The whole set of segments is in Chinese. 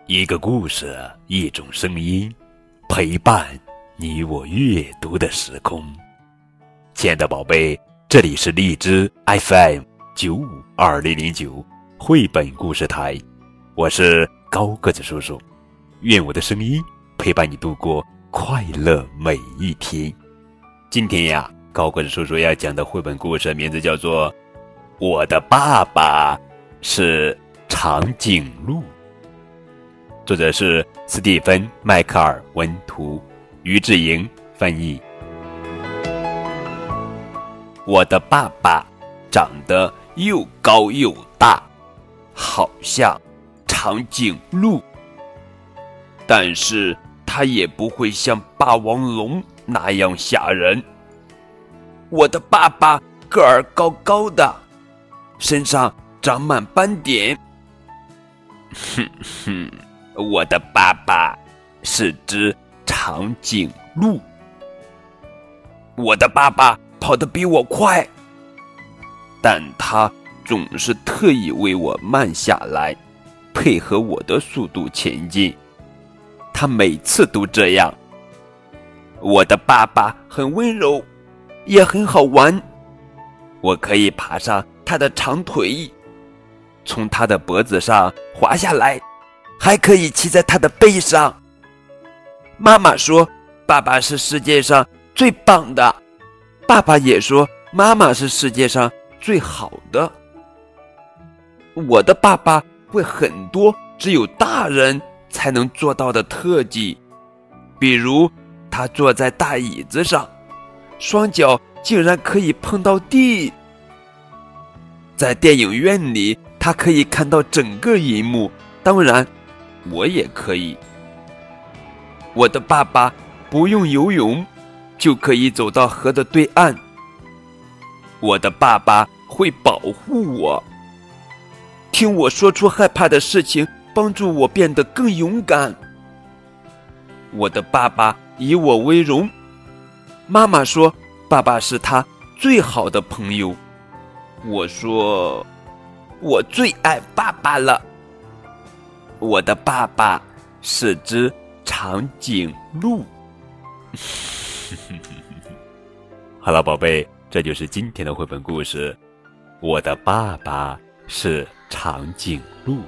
一个故事，一种声音，陪伴你我阅读的时空。亲爱的宝贝，这里是荔枝 FM952009 绘本故事台，我是高个子叔叔，愿我的声音陪伴你度过快乐每一天。今天呀，高个子叔叔要讲的绘本故事名字叫做《我的爸爸是长颈鹿》，作者是斯蒂芬·迈克尔文图，于志莹翻译。我的爸爸长得又高又大，好像长颈鹿，但是他也不会像霸王龙那样吓人。我的爸爸个儿高高的，身上长满斑点。我的爸爸是只长颈鹿。我的爸爸跑得比我快，但他总是特意为我慢下来，配合我的速度前进。他每次都这样。我的爸爸很温柔，也很好玩。我可以爬上他的长腿，从他的脖子上滑下来，还可以骑在他的背上。妈妈说，爸爸是世界上最棒的。爸爸也说，妈妈是世界上最好的。我的爸爸会很多只有大人才能做到的特技，比如他坐在大椅子上，双脚竟然可以碰到地。在电影院里，他可以看到整个荧幕，当然我也可以。我的爸爸不用游泳就可以走到河的对岸。我的爸爸会保护我，听我说出害怕的事情，帮助我变得更勇敢。我的爸爸以我为荣。妈妈说，爸爸是他最好的朋友。我说，我最爱爸爸了。我的爸爸是只长颈鹿。好了，宝贝，这就是今天的绘本故事。我的爸爸是长颈鹿。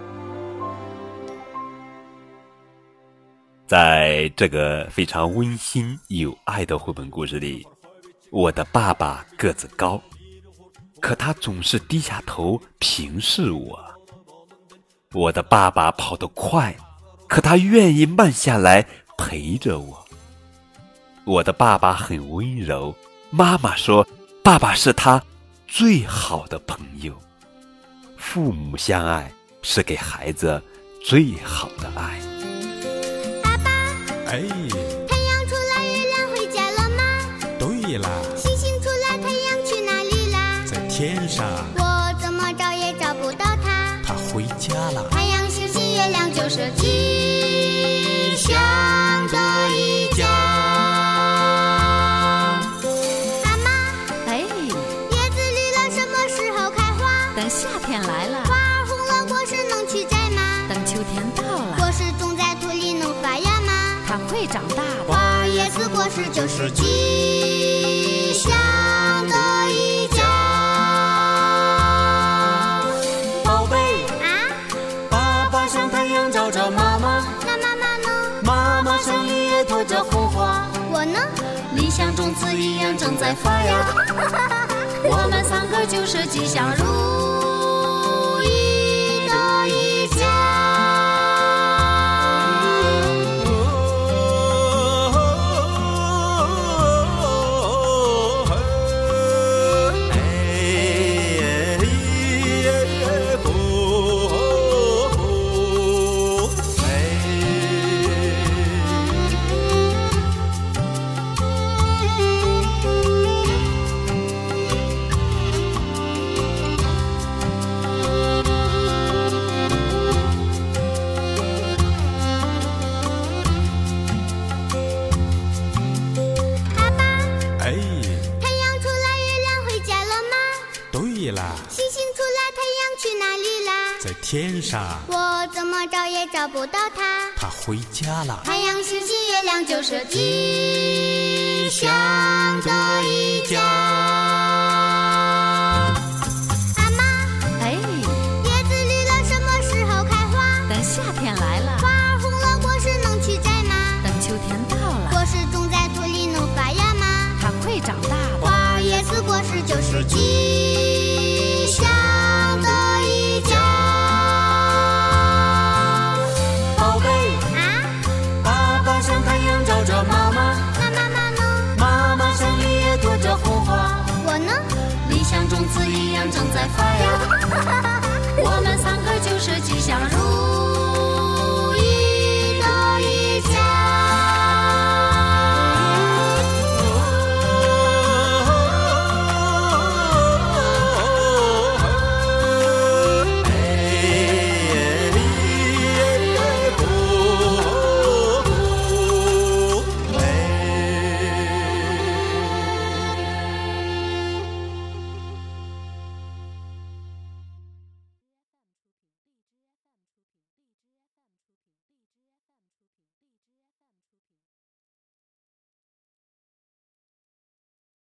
在这个非常温馨有爱的绘本故事里，我的爸爸个子高，可他总是低下头平视我。我的爸爸跑得快，可他愿意慢下来陪着我。我的爸爸很温柔，妈妈说，爸爸是他最好的朋友。父母相爱是给孩子最好的爱。 爸爸， 哎， 太阳出来，月亮回家了吗？ 对啦， 星星出来，太阳去哪里啦？ 在天上， 我怎么找也找不到它。 他回家了。 太阳、星星、月亮就是吉祥的一家。妈妈， 哎， 叶子绿了，什么时候开花？ 等夏天来了， 花儿红了，果实能去摘吗？ 等秋天到了， 果实种在土里能发芽吗？ 它会长大的。 花儿、叶子、果实就是吉祥的一家。 宝贝， 啊， 爸爸像太阳照着妈妈， 那妈妈呢？ 妈妈像绿叶托着红花， 我呢？ 理想种子一样正在发芽，我们三个就是吉祥如意的一家。 天上， 我怎么找也找不到它。 它回家了。 太阳、星星、月亮就是吉祥的一家。阿妈， 哎， 叶子绿了，什么时候开花？ 等夏天来了， 花儿红了，果实能去摘吗？ 等秋天到了， 果实种在土里能发芽吗？ 它会长大的。 花儿、叶子、果实就是吉祥的一家。 宝贝， 啊， 爸爸像太阳照着妈妈， 那妈妈呢？ 妈妈像绿叶托着红花， 我呢？ 理想种子一样正在发芽。我们3个就是吉祥如